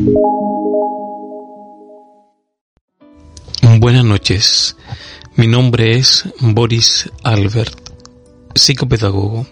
Buenas noches, mi nombre es Boris Albert, psicopedagogo.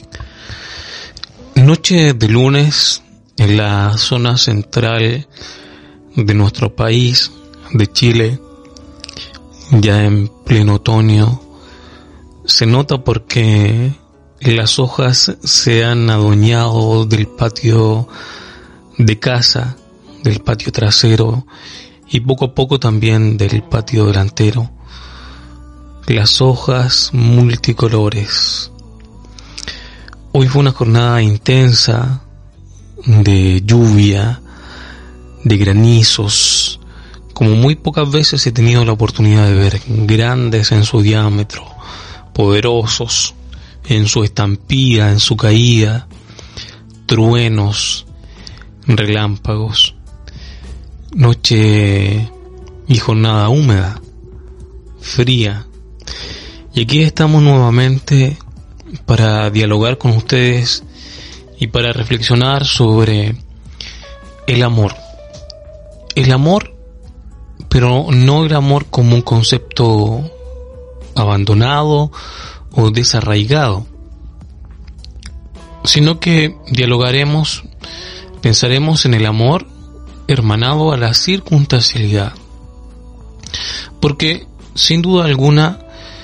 Noche de lunes en la zona central de nuestro país, de Chile, ya en pleno otoño. Se nota porque las hojas se han adueñado del patio de casa, del patio trasero y poco a poco también del patio delantero. Las hojas multicolores. Hoy fue una jornada intensa de lluvia, de granizos, como muy pocas veces he tenido la oportunidad de ver, grandes en su diámetro, poderosos en su estampida, en su caída, truenos, relámpagos, noche y jornada húmeda, fría. Y aquí estamos nuevamente para dialogar con ustedes y para reflexionar sobre el amor. El amor, pero no el amor como un concepto abandonado o desarraigado, sino que dialogaremos, pensaremos en el amor hermanado a la circunstancialidad, porque sin duda alguna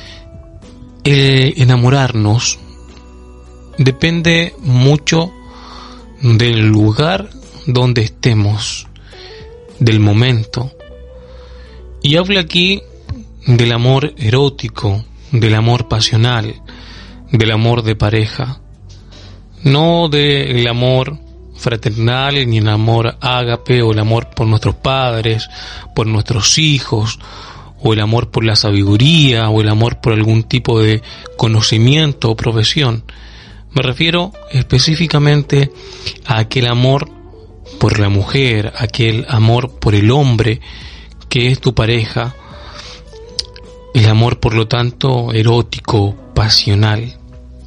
el enamorarnos depende mucho del lugar donde estemos, del momento. Y hablo aquí del amor erótico, del amor pasional, del amor de pareja, no del amor fraternal, ni el amor ágape, o el amor por nuestros padres, por nuestros hijos, o el amor por la sabiduría, o el amor por algún tipo de conocimiento o profesión. Me refiero específicamente a aquel amor por la mujer, aquel amor por el hombre que es tu pareja, el amor por lo tanto erótico, pasional.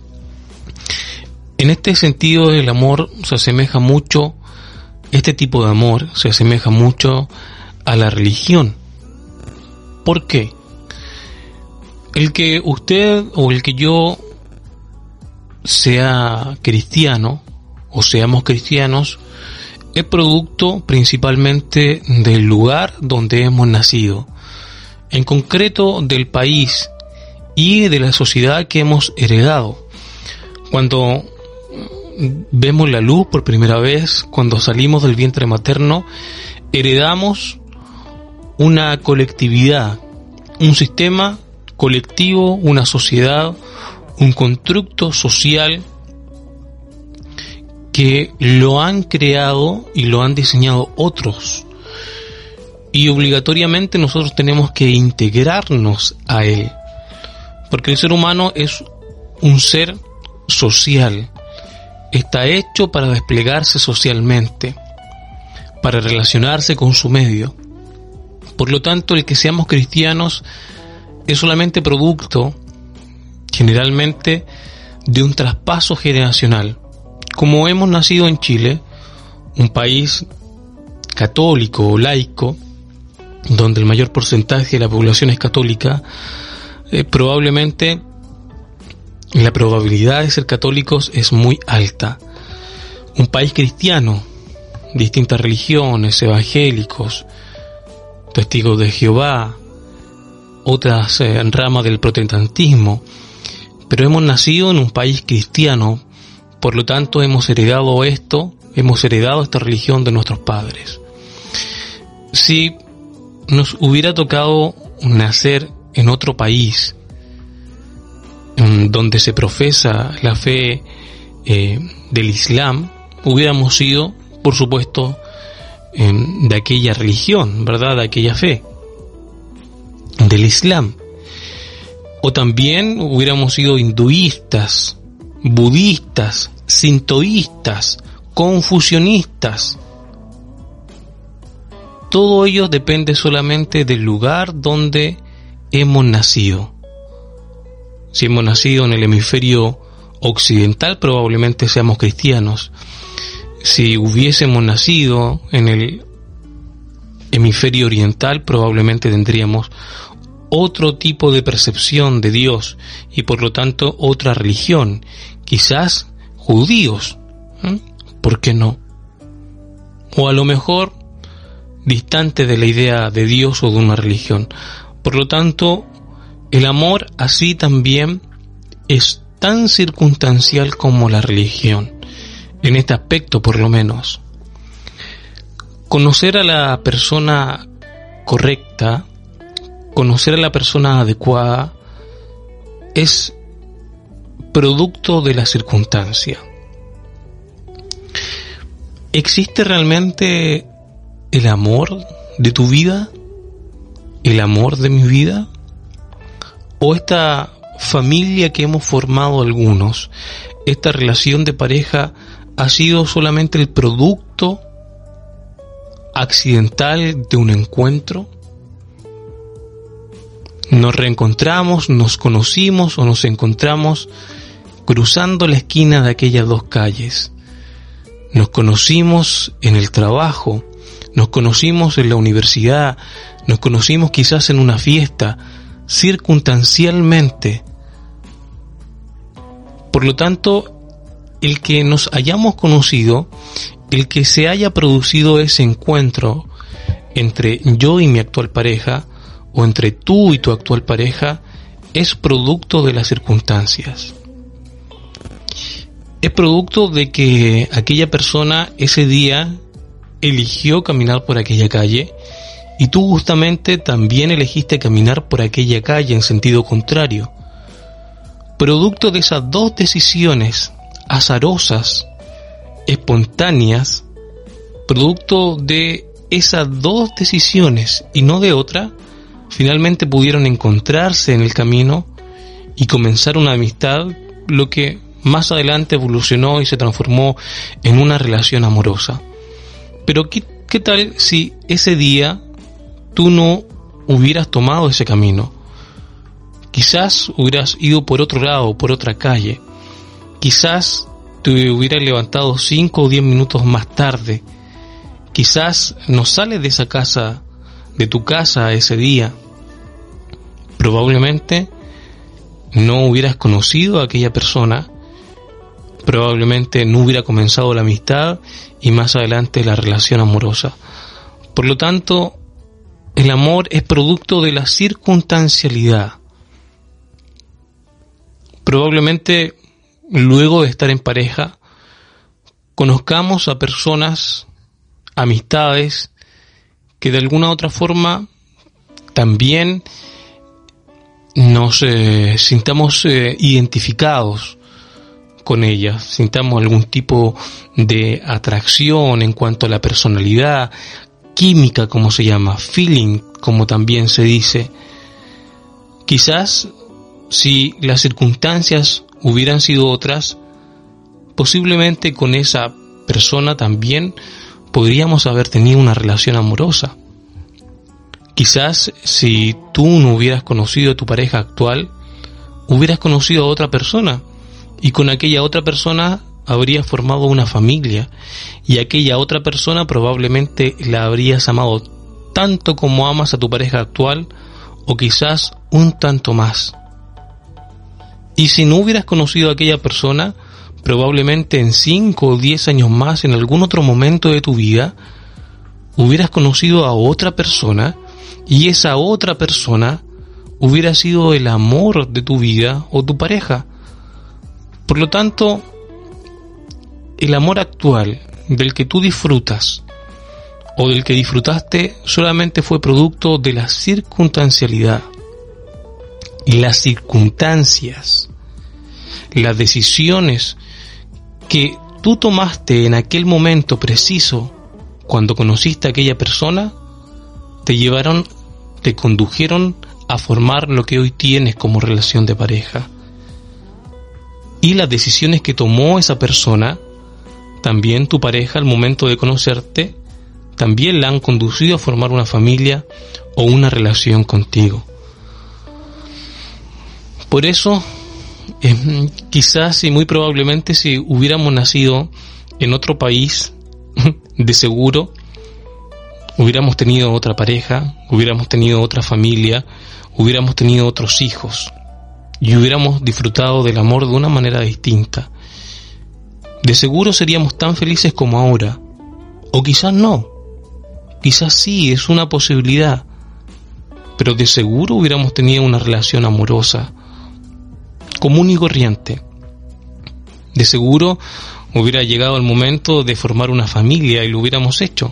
En este sentido el amor se asemeja mucho, este tipo de amor se asemeja mucho a la religión. ¿Por qué? El que usted o el que yo sea cristiano o seamos cristianos es producto principalmente del lugar donde hemos nacido, en concreto del país y de la sociedad que hemos heredado. Cuando vemos la luz por primera vez, cuando salimos del vientre materno, heredamos una colectividad, un sistema colectivo, una sociedad, un constructo social que lo han creado y lo han diseñado otros. Y obligatoriamente nosotros tenemos que integrarnos a él, porque el ser humano es un ser social, está hecho para desplegarse socialmente, para relacionarse con su medio. Por lo tanto, el que seamos cristianos es solamente producto, generalmente, de un traspaso generacional. Como hemos nacido en Chile, un país católico o laico, donde el mayor porcentaje de la población es católica, probablemente la probabilidad de ser católicos es muy alta. Un país cristiano, distintas religiones, evangélicos, testigos de Jehová, otras ramas del protestantismo, pero hemos nacido en un país cristiano, por lo tanto hemos heredado esta religión de nuestros padres. Si nos hubiera tocado nacer en otro país donde se profesa la fe del Islam, hubiéramos sido, por supuesto, de aquella religión, ¿verdad?, de aquella fe del Islam. O también hubiéramos sido hinduistas, budistas, sintoístas, confucionistas. Todo ello depende solamente del lugar donde hemos nacido. Si hemos nacido en el hemisferio occidental, probablemente seamos cristianos. Si hubiésemos nacido en el hemisferio oriental probablemente tendríamos otro tipo de percepción de Dios y por lo tanto otra religión, quizás judíos, ¿por qué no? O a lo mejor distante de la idea de Dios o de una religión. Por lo tanto, el amor así también es tan circunstancial como la religión, en este aspecto por lo menos. Conocer a la persona correcta, conocer a la persona adecuada, es producto de la circunstancia. ¿Existe realmente el amor de tu vida? ¿El amor de mi vida? ¿O esta familia que hemos formado algunos, esta relación de pareja, ha sido solamente el producto accidental de un encuentro? Nos reencontramos, nos conocimos o nos encontramos cruzando la esquina de aquellas dos calles. Nos conocimos en el trabajo, nos conocimos en la universidad, nos conocimos quizás en una fiesta, circunstancialmente. Por lo tanto, el que nos hayamos conocido, el que se haya producido ese encuentro entre yo y mi actual pareja, o entre tú y tu actual pareja, es producto de las circunstancias. Es producto de que aquella persona ese día eligió caminar por aquella calle y tú justamente también elegiste caminar por aquella calle en sentido contrario. Producto de esas dos decisiones azarosas, espontáneas, producto de esas dos decisiones y no de otra, finalmente pudieron encontrarse en el camino y comenzar una amistad, lo que más adelante evolucionó y se transformó en una relación amorosa. Pero ¿qué tal si ese día tú no hubieras tomado ese camino? Quizás hubieras ido por otro lado, por otra calle. Quizás te hubieras levantado 5 o 10 minutos más tarde. Quizás no sales de esa casa, de tu casa ese día. Probablemente no hubieras conocido a aquella persona. Probablemente no hubiera comenzado la amistad y más adelante la relación amorosa. Por lo tanto, el amor es producto de la circunstancialidad. Probablemente luego de estar en pareja, conozcamos a personas, amistades, que de alguna u otra forma también nos sintamos identificados con ellas, sintamos algún tipo de atracción en cuanto a la personalidad, química como se llama, feeling como también se dice. Quizás si las circunstancias hubieran sido otras, posiblemente con esa persona también podríamos haber tenido una relación amorosa. Quizás si tú no hubieras conocido a tu pareja actual, hubieras conocido a otra persona y con aquella otra persona habrías formado una familia y aquella otra persona probablemente la habrías amado tanto como amas a tu pareja actual o quizás un tanto más. Y si no hubieras conocido a aquella persona, probablemente en 5 o 10 años más, en algún otro momento de tu vida, hubieras conocido a otra persona y esa otra persona hubiera sido el amor de tu vida o tu pareja. Por lo tanto, el amor actual del que tú disfrutas o del que disfrutaste solamente fue producto de la circunstancialidad. Las circunstancias, las decisiones que tú tomaste en aquel momento preciso cuando conociste a aquella persona te condujeron a formar lo que hoy tienes como relación de pareja. Y las decisiones que tomó esa persona, también tu pareja al momento de conocerte, también la han conducido a formar una familia o una relación contigo. Por eso, quizás y muy probablemente si hubiéramos nacido en otro país, de seguro, hubiéramos tenido otra pareja, hubiéramos tenido otra familia, hubiéramos tenido otros hijos y hubiéramos disfrutado del amor de una manera distinta. De seguro seríamos tan felices como ahora, o quizás no, quizás sí, es una posibilidad, pero de seguro hubiéramos tenido una relación amorosa, común y corriente. De seguro hubiera llegado el momento de formar una familia y lo hubiéramos hecho.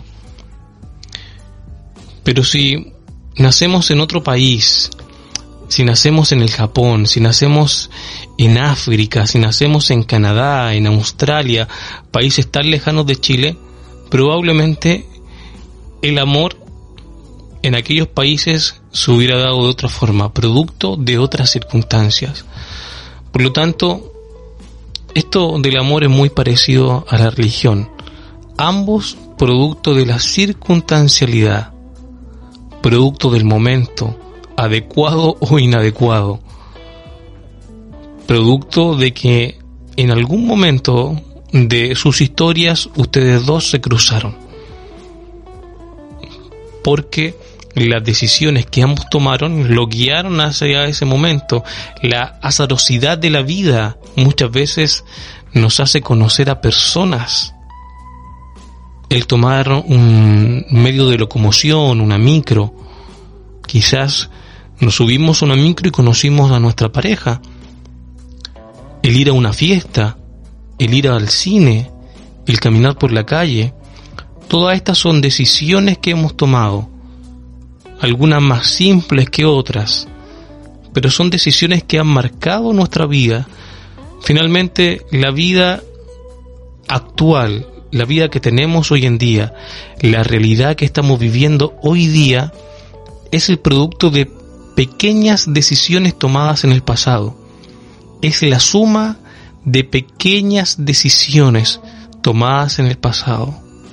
Pero si nacemos en otro país, si nacemos en el Japón, si nacemos en África, si nacemos en Canadá, en Australia, países tan lejanos de Chile, probablemente el amor en aquellos países se hubiera dado de otra forma, producto de otras circunstancias. Por lo tanto, esto del amor es muy parecido a la religión. Ambos producto de la circunstancialidad, producto del momento, adecuado o inadecuado, producto de que en algún momento de sus historias ustedes dos se cruzaron, porque las decisiones que ambos tomaron lo guiaron hacia ese momento. La azarosidad de la vida muchas veces nos hace conocer a personas. El tomar un medio de locomoción, una micro, quizás nos subimos a una micro y conocimos a nuestra pareja. El ir a una fiesta, el ir al cine, el caminar por la calle, todas estas son decisiones que hemos tomado, algunas más simples que otras, pero son decisiones que han marcado nuestra vida. Finalmente, la vida actual, la vida que tenemos hoy en día, la realidad que estamos viviendo hoy día, es el producto de pequeñas decisiones tomadas en el pasado. Es la suma de pequeñas decisiones tomadas en el pasado.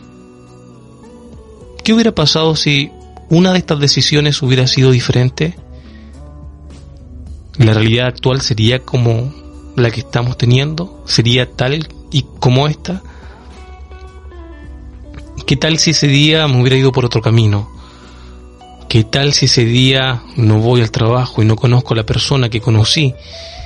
¿Qué hubiera pasado si una de estas decisiones hubiera sido diferente? ¿La realidad actual sería como la que estamos teniendo? ¿Sería tal y como esta? ¿Qué tal si ese día me hubiera ido por otro camino? ¿Qué tal si ese día no voy al trabajo y no conozco a la persona que conocí?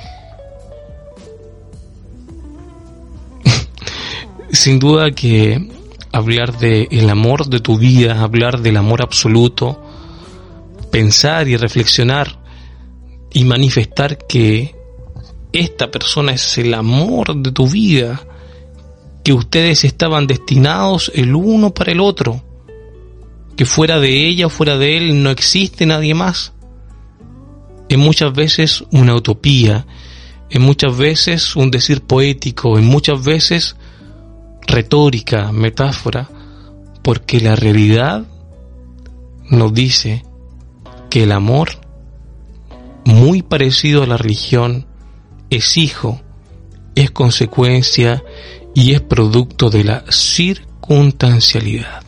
Sin duda que hablar del amor de tu vida, hablar del amor absoluto, pensar y reflexionar y manifestar que esta persona es el amor de tu vida, que ustedes estaban destinados el uno para el otro, que fuera de ella o fuera de él no existe nadie más, es muchas veces una utopía, es muchas veces un decir poético, es muchas veces retórica, metáfora, porque la realidad nos dice que el amor, muy parecido a la religión, es hijo, es consecuencia y es producto de la circunstancialidad.